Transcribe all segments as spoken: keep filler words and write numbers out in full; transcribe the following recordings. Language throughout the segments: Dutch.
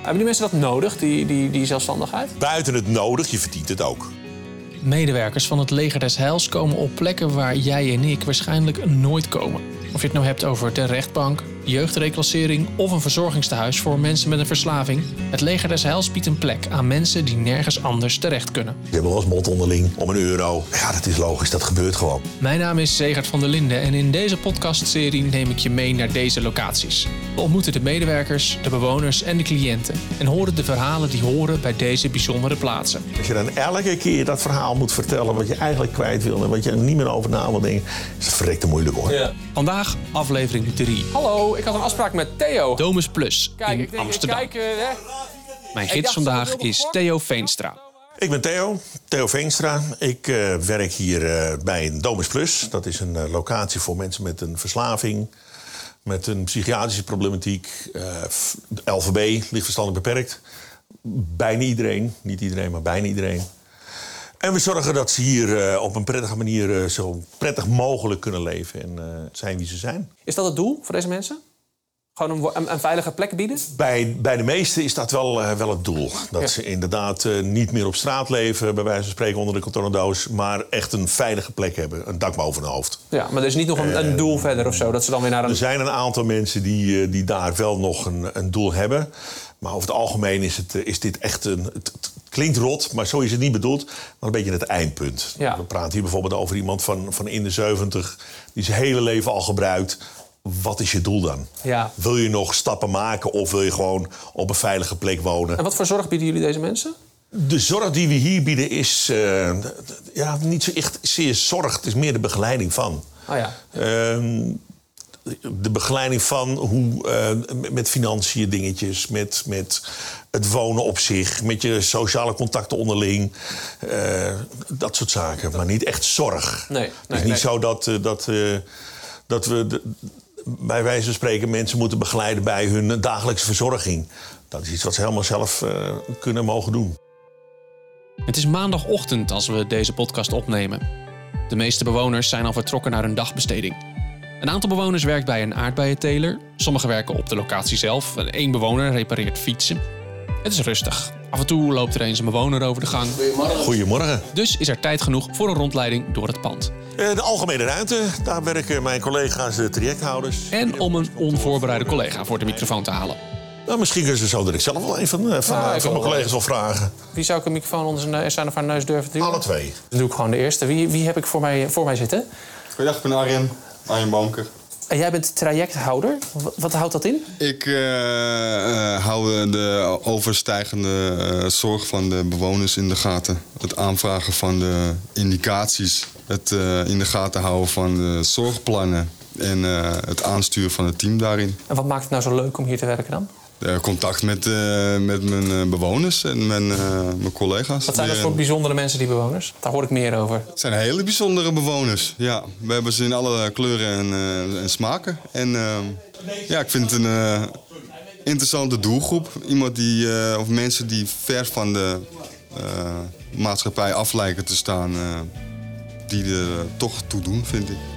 Hebben die mensen dat nodig, die, die, die zelfstandigheid? Buiten het nodig, je verdient het ook. Medewerkers van het Leger des Heils komen op plekken waar jij en ik waarschijnlijk nooit komen. Of je het nou hebt over de rechtbank, jeugdreclassering of een verzorgingstehuis voor mensen met een verslaving. Het Leger des Heils biedt een plek aan mensen die nergens anders terecht kunnen. Je hebt wel eens mond onderling om een euro. Ja, dat is logisch, dat gebeurt gewoon. Mijn naam is Zegert van der Linden en in deze podcastserie neem ik je mee naar deze locaties. We ontmoeten de medewerkers, de bewoners en de cliënten en horen de verhalen die horen bij deze bijzondere plaatsen. Als je dan elke keer dat verhaal moet vertellen wat je eigenlijk kwijt wil en wat je er niet meer over na wil denken, is het verrekte moeilijk hoor. Ja. Vandaag aflevering drie. Hallo, ik had een afspraak met Theo. Domus Plus Kijk, in ik denk, Amsterdam. Kijk, uh, hè. Mijn Ik gids dacht, vandaag ze wilde is kort. Theo Veenstra. Ik ben Theo, Theo Veenstra. Ik uh, werk hier uh, bij Domus Plus. Dat is een uh, locatie voor mensen met een verslaving, met een psychiatrische problematiek. Uh, L V B, lichtverstandelijk beperkt. Bijna iedereen, niet iedereen, maar bijna iedereen. En we zorgen dat ze hier uh, op een prettige manier uh, zo prettig mogelijk kunnen leven en uh, zijn wie ze zijn. Is dat het doel voor deze mensen? Gewoon een, wo- een, een veilige plek bieden? Bij, bij de meesten is dat wel, uh, wel het doel. Dat Ja. ze inderdaad uh, niet meer op straat leven, bij wijze van spreken onder de controledoos, maar echt een veilige plek hebben, een dak boven hun hoofd. Ja, maar er is niet nog een, een doel verder of zo? Dat ze dan weer naar Er een... zijn een aantal mensen die, uh, die daar wel nog een, een doel hebben. Maar over het algemeen is, het, uh, is dit echt een... Het, het klinkt rot, maar zo is het niet bedoeld. Maar een beetje het eindpunt. Ja. We praten hier bijvoorbeeld over iemand van, van in de zeventig die zijn hele leven al gebruikt. Wat is je doel dan? Ja. Wil je nog stappen maken of wil je gewoon op een veilige plek wonen? En wat voor zorg bieden jullie deze mensen? De zorg die we hier bieden is uh, ja, niet zo echt zeer zorg. Het is meer de begeleiding van. Oh ja. Uh, de begeleiding van hoe uh, met financiën dingetjes, met, met het wonen op zich, met je sociale contacten onderling. Uh, dat soort zaken, maar niet echt zorg. Nee, het nee, is niet nee. zo dat, uh, dat, uh, dat we de, bij wijze van spreken mensen moeten begeleiden bij hun dagelijkse verzorging. Dat is iets wat ze helemaal zelf uh, kunnen mogen doen. Het is maandagochtend als we deze podcast opnemen. De meeste bewoners zijn al vertrokken naar hun dagbesteding. Een aantal bewoners werkt bij een aardbeienteler. Sommigen werken op de locatie zelf. Eén bewoner repareert fietsen. Het is rustig. Af en toe loopt er eens een bewoner over de gang. Goedemorgen. Dus is er tijd genoeg voor een rondleiding door het pand. Uh, de algemene ruimte, daar werken mijn collega's, de trajecthouders. En om een onvoorbereide collega voor de microfoon te halen. Nou, misschien kunnen ze zo dat ik zelf wel een van, uh, van, Ja, uh, ik van wil mijn wel. collega's wil vragen. Wie zou ik een microfoon onder zijn neus, zijn of haar neus durven te duwen? Alle twee. Dan doe ik gewoon de eerste. Wie, wie heb ik voor mij, voor mij zitten? Goedendag, ik ben Arjen. Arjen Boomker. En jij bent trajecthouder. Wat, wat houdt dat in? Ik uh, uh, hou de overstijgende uh, zorg van de bewoners in de gaten. Het aanvragen van de indicaties. Het uh, in de gaten houden van de zorgplannen. En uh, het aansturen van het team daarin. En wat maakt het nou zo leuk om hier te werken dan? Uh, contact met, uh, met mijn uh, bewoners en mijn, uh, mijn collega's. Wat zijn dat De- voor bijzondere mensen, die bewoners? Daar hoor ik meer over. Het zijn hele bijzondere bewoners. Ja, we hebben ze in alle kleuren en, uh, en smaken. En uh, ja, ik vind het een uh, interessante doelgroep. Iemand die, uh, of mensen die ver van de uh, maatschappij af lijken te staan. Uh, die er uh, toch toe doen, vind ik.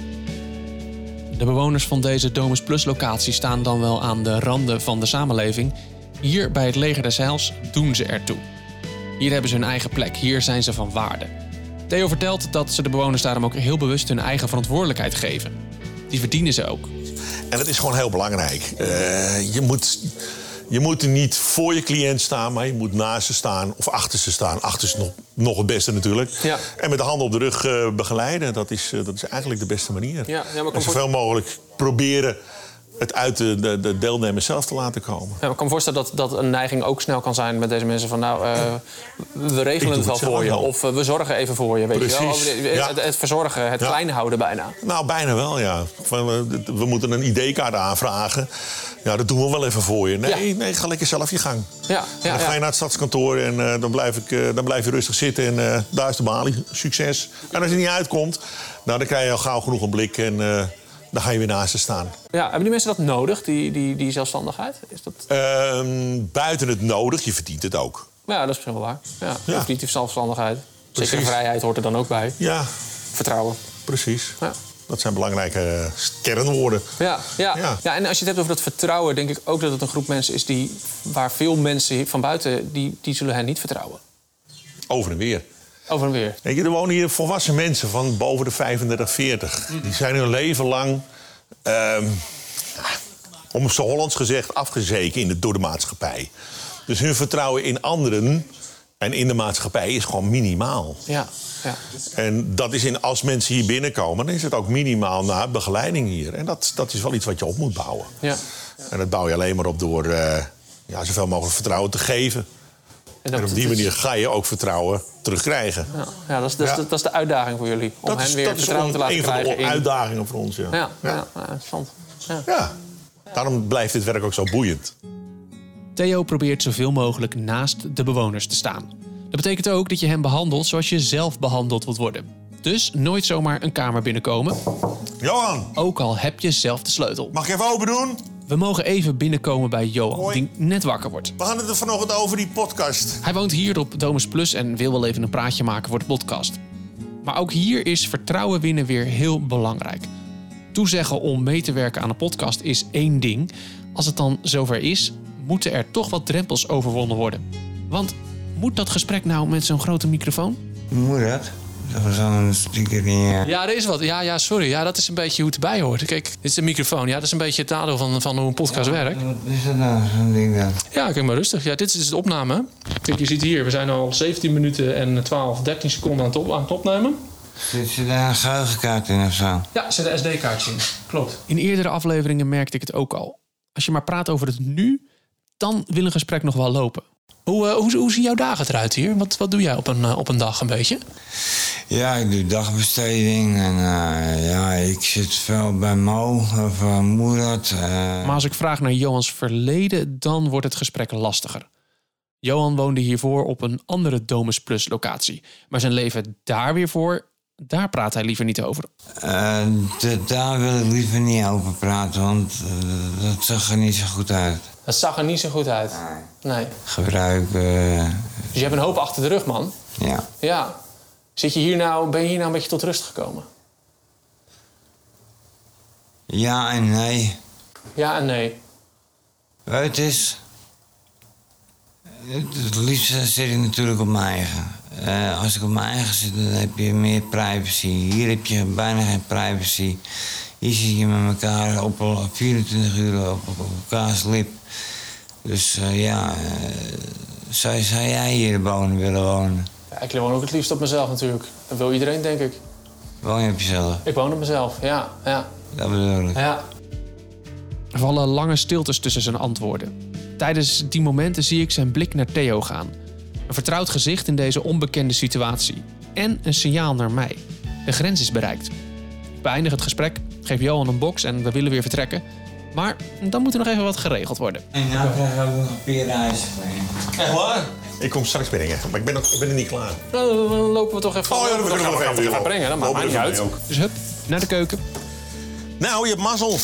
De bewoners van deze Domus Plus locatie staan dan wel aan de randen van de samenleving. Hier bij het Leger des Heils doen ze ertoe. Hier hebben ze hun eigen plek, hier zijn ze van waarde. Theo vertelt dat ze de bewoners daarom ook heel bewust hun eigen verantwoordelijkheid geven. Die verdienen ze ook. En dat is gewoon heel belangrijk. Uh, je, moet, je moet er niet voor je cliënt staan, maar je moet naast ze staan of achter ze staan. Achter is nog, nog het beste natuurlijk. Ja. En met de handen op de rug uh, begeleiden, dat is, uh, dat is eigenlijk de beste manier. Ja, ja, maar en zoveel mogelijk proberen het uit de, de, de deelnemers zelf te laten komen. Ja, maar ik kan me voorstellen dat, dat een neiging ook snel kan zijn met deze mensen van nou, uh, we Ik regelen doe het wel het zelf voor je. wel. Of uh, we zorgen even voor je. Weet je wel? Precies, Het, ja. het, het verzorgen, het Ja. klein houden bijna. Nou, bijna wel, ja. Van, uh, we moeten een I D-kaart aanvragen. Ja, dat doen we wel even voor je. Nee, Ja. nee, ga lekker zelf je gang. Ja, En ja, dan ga je ja. naar het stadskantoor en uh, dan, blijf ik, uh, dan blijf je rustig zitten. En uh, daar is de balie. Succes. En als je niet uitkomt, nou, dan krijg je al gauw genoeg een blik. En uh, dan ga je weer naast ze staan. Ja, hebben die mensen dat nodig, die, die, die zelfstandigheid? Is dat... Uh, buiten het nodig, je verdient het ook. Ja, dat is misschien wel waar. Ja, Ja. Of niet die zelfstandigheid. Zekere Precies. vrijheid hoort er dan ook bij. Ja, Vertrouwen. precies. Ja. Dat zijn belangrijke kernwoorden. Ja, ja. Ja. ja, en als je het hebt over dat vertrouwen... denk ik ook dat het een groep mensen is die, waar veel mensen van buiten... die, die zullen hen niet vertrouwen. Over en weer. Over en weer. Weet je, er wonen hier volwassen mensen van boven de vijfendertig, veertig. Die zijn hun leven lang, um, om zo Hollands gezegd, afgezeken in de, door de maatschappij. Dus hun vertrouwen in anderen en in de maatschappij is gewoon minimaal. Ja, ja. En dat is in, als mensen hier binnenkomen, dan is het ook minimaal naar begeleiding hier. En dat, dat is wel iets wat je op moet bouwen. Ja. En dat bouw je alleen maar op door uh, ja, zoveel mogelijk vertrouwen te geven. En, dat, en op die manier ga je ook vertrouwen terugkrijgen. Ja, ja, dat, is, dat, ja. is, dat is de uitdaging voor jullie. Om dat hen is, weer dat vertrouwen te laten krijgen. Dat is een van de in... uitdagingen voor ons, ja. Ja, ja. ja. ja interessant. Ja. ja, daarom blijft dit werk ook zo boeiend. Theo probeert zoveel mogelijk naast de bewoners te staan. Dat betekent ook dat je hen behandelt zoals je zelf behandeld wilt worden. Dus nooit zomaar een kamer binnenkomen. Johan! Ook al heb je zelf de sleutel. Mag ik even open doen? We mogen even binnenkomen bij Johan, Hoi. die net wakker wordt. We hadden het vanochtend over die podcast. Hij woont hier op Domus Plus en wil wel even een praatje maken voor de podcast. Maar ook hier is vertrouwen winnen weer heel belangrijk. Toezeggen om mee te werken aan een podcast is één ding. Als het dan zover is, moeten er toch wat drempels overwonnen worden. Want moet dat gesprek nou met zo'n grote microfoon? Moet dat? Dat was zo'n speaker in je... Ja, er is wat. Ja, ja, sorry. Ja, dat is een beetje hoe het erbij hoort. Kijk, dit is de microfoon. Ja, dat is een beetje het nadeel van, van hoe een podcast werkt. Wat is dat nou, zo'n ding dan? Ja, kijk maar rustig. Ja, dit is dus de opname. Kijk, je ziet hier, we zijn al zeventien minuten en twaalf, dertien seconden aan het, op, aan het opnemen. Zit je daar een geheugenkaart in of zo? Ja, er zit een S D-kaartje in. Klopt. In eerdere afleveringen merkte ik het ook al. Als je maar praat over het nu, dan wil een gesprek nog wel lopen. Hoe, uh, hoe, hoe zien jouw dagen eruit hier? Wat, wat doe jij op een, uh, op een dag een beetje? Ja, ik doe dagbesteding en uh, ja, ik zit veel bij Mo of uh, Moerad. Uh... Maar als ik vraag naar Johans verleden, dan wordt het gesprek lastiger. Johan woonde hiervoor op een andere Domus Plus locatie. Maar zijn leven daar weer voor, daar praat hij liever niet over. Uh, de, daar wil ik liever niet over praten, want uh, dat zag er niet zo goed uit. Dat zag er niet zo goed uit. Nee. Gebruik... Uh... Dus je hebt een hoop achter de rug, man. Ja. Ja. Zit je hier nou, ben je hier nou een beetje tot rust gekomen? Ja en nee. Ja en nee. Het is... Het liefst zit ik natuurlijk op mijn eigen. Uh, als ik op mijn eigen zit, dan heb je meer privacy. Hier heb je bijna geen privacy. Hier zit je met elkaar op vierentwintig uur op, op, op elkaars lip. Dus uh, ja, uh, zou, zou jij hier wonen willen wonen? Ja, ik woon ook het liefst op mezelf natuurlijk. Dat wil iedereen, denk ik. Woon je op jezelf? Ik woon op mezelf, ja. ja. Dat bedoel ik. ja. Er vallen lange stiltes tussen zijn antwoorden. Tijdens die momenten zie ik zijn blik naar Theo gaan. Een vertrouwd gezicht in deze onbekende situatie. En een signaal naar mij. De grens is bereikt. Ik beëindig het gesprek, geef Johan een box en we willen weer vertrekken. Maar dan moet er nog even wat geregeld worden. En nou krijg je ook nog een peerreis. Echt waar? Ik kom straks brengen, maar ik ben, nog, ik ben er niet klaar. Nou, dan lopen we toch even... Oh ja, dat we kunnen we nog even, even joh. brengen. Dat maakt mij Lopen niet we uit. ook. Dus hup, naar de keuken. Nou, je hebt mazzel.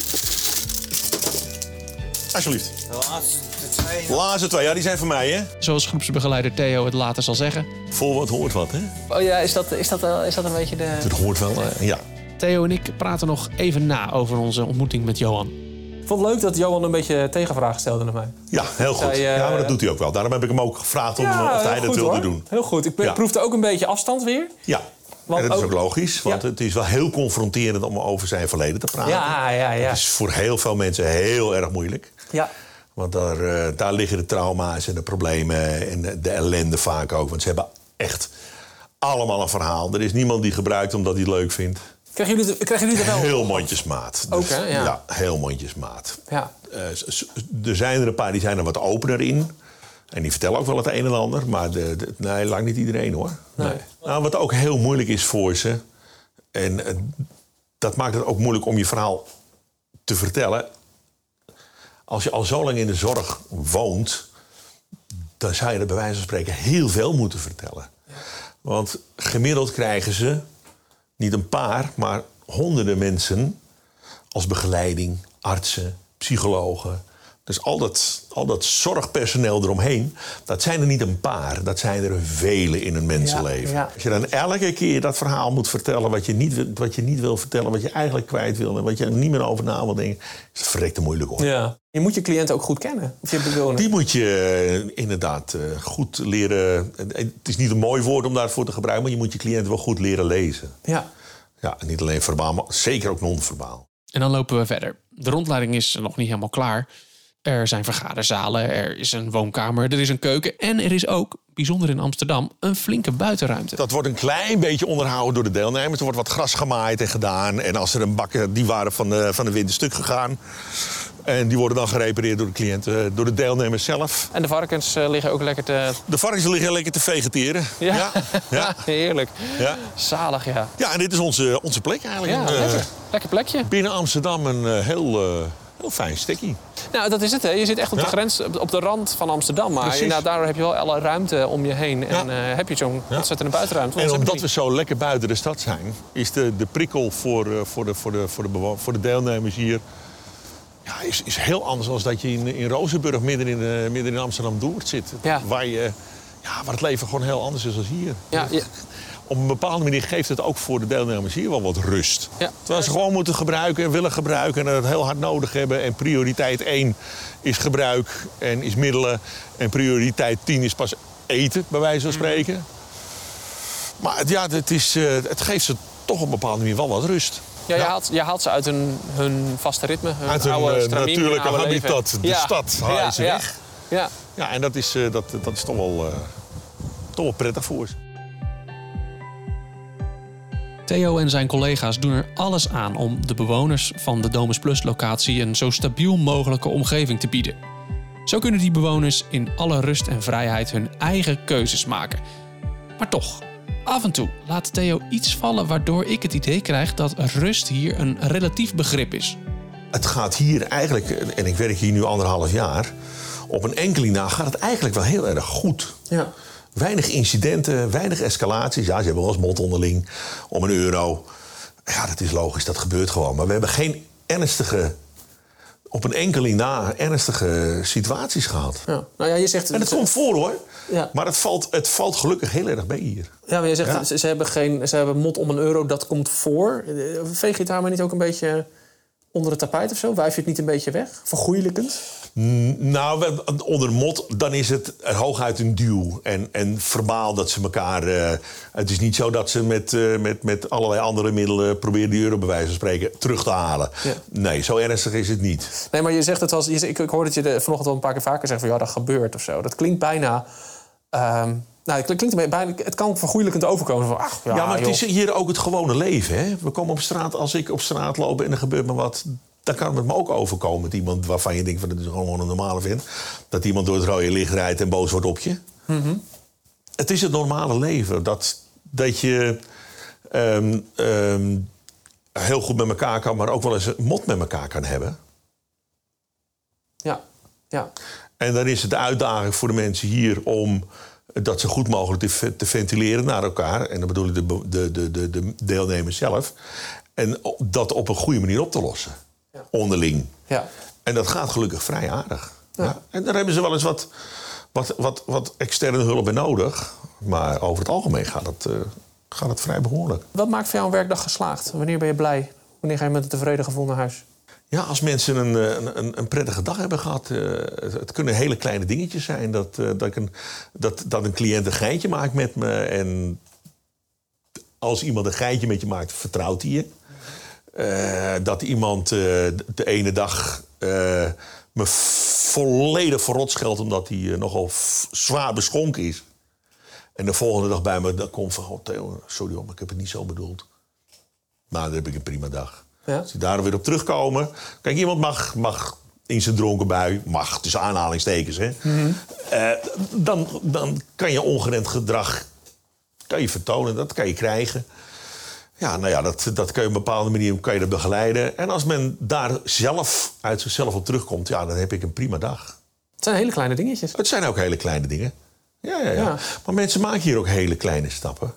Alsjeblieft. De laatste twee. De laatste twee, ja, die zijn van mij, hè? Zoals groepsbegeleider Theo het later zal zeggen. Vol wat hoort wat, hè? Oh ja, is dat, is dat, uh, is dat een beetje de... Het hoort wel, uh, ja. Theo en ik praten nog even na over onze ontmoeting met Johan. Ik vond het leuk dat Johan een beetje tegenvragen stelde naar mij. Ja, heel goed. Zij, uh, ja, maar dat doet hij ook wel. Daarom heb ik hem ook gevraagd om, Ja, of hij heel dat goed, wilde hoor. doen. Heel goed. Ik be- Ja. proefde ook een beetje afstand weer. Ja, Want en dat is ook- ook logisch. Want Ja. het is wel heel confronterend om over zijn verleden te praten. Ja, ja, ja. Het is voor heel veel mensen heel erg moeilijk. Ja. Want daar, uh, daar liggen de trauma's en de problemen en de, de ellende vaak ook. Want ze hebben echt allemaal een verhaal. Er is niemand die gebruikt omdat hij het leuk vindt. Krijgen jullie, het- krijgen jullie er wel... Heel mondjesmaat. Ook, hè? Ja. ja, heel mondjesmaat. Ja. Uh, s- s- er zijn er een paar die zijn er wat opener in. En die vertellen ook wel het een en ander. Maar de, de, nee, lang niet iedereen hoor. Nee. Nou, wat ook heel moeilijk is voor ze. En uh, dat maakt het ook moeilijk om je verhaal te vertellen. Als je al zo lang in de zorg woont, dan zou je er bij wijze van spreken heel veel moeten vertellen. Want gemiddeld krijgen ze niet een paar, maar honderden mensen als begeleiding, artsen, psychologen, Dus al dat, al dat zorgpersoneel eromheen, dat zijn er niet een paar. Dat zijn er vele in een mensenleven. Ja, ja. Als je dan elke keer dat verhaal moet vertellen wat je, niet, wat je niet wil vertellen, wat je eigenlijk kwijt wil en wat je er niet meer over na wil denken, is het verrekte moeilijk hoor. Ja. Je moet je cliënt ook goed kennen. Of je bedoelt... Die moet je uh, inderdaad uh, goed leren. Het is niet een mooi woord om daarvoor te gebruiken, maar je moet je cliënt wel goed leren lezen. Ja. Ja, niet alleen verbaal, maar zeker ook non-verbaal. En dan lopen we verder. De rondleiding is nog niet helemaal klaar. Er zijn vergaderzalen, er is een woonkamer, er is een keuken... en er is ook, bijzonder in Amsterdam, een flinke buitenruimte. Dat wordt een klein beetje onderhouden door de deelnemers. Er wordt wat gras gemaaid en gedaan. En als er een bakken, die waren van de, van de winter stuk gegaan. En die worden dan gerepareerd door de cliënten, door de deelnemers zelf. En de varkens uh, liggen ook lekker te... De varkens liggen lekker te vegeteren. Ja, ja. ja. Heerlijk. Ja. Zalig, ja. Ja, en dit is onze, onze plek eigenlijk. Ja, uh, lekker. Lekker plekje. Binnen Amsterdam een uh, heel... Uh, Heel fijn stekkie. Nou, dat is het. Hè. Je zit echt op ja. de grens, op de rand van Amsterdam. Maar Precies. daardoor heb je wel alle ruimte om je heen. Ja. En uh, heb je zo'n ja. ontzettende buitenruimte. En omdat we zo lekker buiten de stad zijn, is de, de prikkel voor, uh, voor, de, voor, de, voor, de bewo- voor de deelnemers hier ja, is, is heel anders dan dat je in, in Rozenburg midden in, uh, midden in Amsterdam-Dordrecht zit. Ja. Waar, je, ja, waar het leven gewoon heel anders is dan hier. Ja, ja. Op een bepaalde manier geeft het ook voor de deelnemers hier wel wat rust. Ja. Terwijl ze gewoon moeten gebruiken en willen gebruiken en het heel hard nodig hebben. En prioriteit één is gebruik en is middelen. En prioriteit tien is pas eten, bij wijze van spreken. Maar het, ja, het, is, uh, het geeft ze toch op een bepaalde manier wel wat rust. Ja, je, ja. haalt, je haalt ze uit hun, hun vaste ritme. Hun uit hun oude uh, natuurlijke habitat, leven. de ja. stad, haal ja, ze ja. weg. Ja. Ja, en dat is, uh, dat, dat is toch, wel, uh, toch wel prettig voor ze. Theo en zijn collega's doen er alles aan om de bewoners van de Domus Plus locatie een zo stabiel mogelijke omgeving te bieden. Zo kunnen die bewoners in alle rust en vrijheid hun eigen keuzes maken. Maar toch, af en toe laat Theo iets vallen waardoor ik het idee krijg dat rust hier een relatief begrip is. Het gaat hier eigenlijk, en ik werk hier nu anderhalf jaar, op een enkeling na gaat het eigenlijk wel heel erg goed. Ja. Weinig incidenten, weinig escalaties. Ja, ze hebben wel eens mond onderling om een euro. Ja, dat is logisch, dat gebeurt gewoon. Maar we hebben geen ernstige, op een enkeling na, ernstige situaties gehad. Ja. Nou ja, je zegt, en het komt voor hoor. Ja. Maar het valt, het valt gelukkig heel erg bij hier. Ja, maar je zegt, ja. ze, ze hebben geen, ze hebben mond om een euro, dat komt voor. Veeg je het daar maar niet ook een beetje onder het tapijt of zo? Wuif je het niet een beetje weg? Vergoeilijkend? Nou, onder mot, dan is het hooguit een duw. En, en verbaal dat ze elkaar... Uh, het is niet zo dat ze met, uh, met, met allerlei andere middelen proberen die euro bij wijze van spreken terug te halen. Ja. Nee, zo ernstig is het niet. Nee, maar je zegt het als... Je, ik, ik hoor dat je de, vanochtend wel een paar keer vaker zegt van ja, dat gebeurt of zo. Dat klinkt bijna... Um, nou, het klinkt bijna... Het kan vergoeilijkend overkomen van ach, ja, ja, maar joh. het is hier ook het gewone leven, hè? We komen op straat, als ik op straat loop en er gebeurt me wat... Dan kan het me ook overkomen met iemand waarvan je denkt van dat is gewoon een normale vent. Dat iemand door het rode licht rijdt en boos wordt op je. Mm-hmm. Het is het normale leven. Dat, dat je um, um, heel goed met elkaar kan, maar ook wel eens een mot met elkaar kan hebben. Ja, ja. En dan is het de uitdaging voor de mensen hier om dat zo goed mogelijk te, te ventileren naar elkaar. En dan bedoel ik de, de, de, de, de deelnemers zelf. En dat op een goede manier op te lossen. Ja. Onderling. Ja. En dat gaat gelukkig vrij aardig. Ja. Ja. En daar hebben ze wel eens wat, wat, wat, wat externe hulp bij nodig. Maar over het algemeen gaat het, uh, gaat het vrij behoorlijk. Wat maakt voor jou een werkdag geslaagd? Wanneer ben je blij? Wanneer ga je met een tevreden gevoel naar huis? Ja, als mensen een, een, een prettige dag hebben gehad. Uh, het kunnen hele kleine dingetjes zijn. Dat, uh, dat, ik een, dat, dat een cliënt een geintje maakt met me. En als iemand een geintje met je maakt, vertrouwt hij je. Uh, dat iemand uh, de ene dag uh, me volledig verrot scheldt omdat hij uh, nogal f- zwaar beschonken is. En de volgende dag bij me dan komt van... Oh, Theo, sorry hoor, maar ik heb het niet zo bedoeld. Maar dan heb ik een prima dag. Ja? Als je daar weer op terugkomen... Kijk, iemand mag, mag in zijn dronken bui... Mag, tussen aanhalingstekens, hè. Mm-hmm. Uh, dan, dan kan je ongeremd gedrag kan je vertonen. Dat kan je krijgen. Ja, nou ja, dat, dat kan je op een bepaalde manier kan je dat begeleiden. En als men daar zelf uit zichzelf op terugkomt... ja, dan heb ik een prima dag. Het zijn hele kleine dingetjes. Het zijn ook hele kleine dingen. Ja, ja, ja. ja. Maar mensen maken hier ook hele kleine stappen.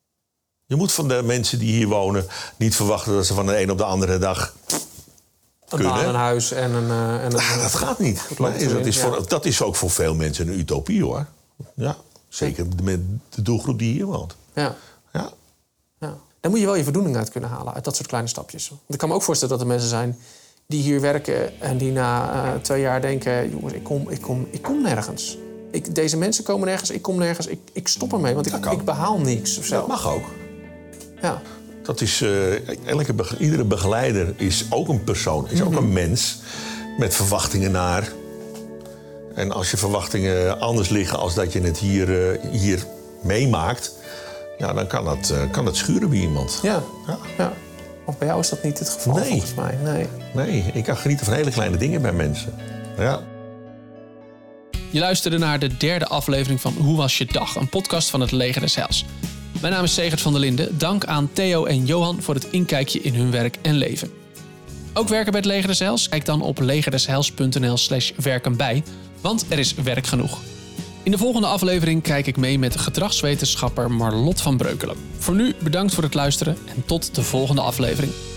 Je moet van de mensen die hier wonen niet verwachten... dat ze van de een op de andere dag kunnen. Een baan, een huis en een... Uh, en een ah, dat gaat niet. Nee, dat, is voor, dat is ook voor veel mensen een utopie, hoor. Ja, zeker met de doelgroep die hier woont. Ja. Ja. Ja. Daar moet je wel je voldoening uit kunnen halen, uit dat soort kleine stapjes. Want ik kan me ook voorstellen dat er mensen zijn die hier werken en die na uh, twee jaar denken, jongens, ik kom, ik kom, ik kom nergens. Ik, deze mensen komen nergens, ik kom nergens, ik, ik stop ermee, want ik, ik behaal niks of zo. Dat mag ook. Ja. Dat is, uh, elke, iedere begeleider is ook een persoon, is ook een mens met verwachtingen naar. En als je verwachtingen anders liggen als dat je het hier, uh, hier meemaakt, ja, dan kan dat, uh, kan dat schuren bij iemand. Ja. Ja. Ja. Of bij jou is dat niet het geval, nee. volgens mij. Nee. Nee, ik kan genieten van hele kleine dingen bij mensen. Ja. Je luisterde naar de derde aflevering van Hoe was je dag? Een podcast van het Leger des Heils. Mijn naam is Segert van der Linden. Dank aan Theo en Johan voor het inkijkje in hun werk en leven. Ook werken bij het Leger des Heils? Kijk dan op legerdesheils.nl slash werken bij, want er is werk genoeg. In de volgende aflevering kijk ik mee met gedragswetenschapper Marlot van Breukelen. Voor nu bedankt voor het luisteren en tot de volgende aflevering.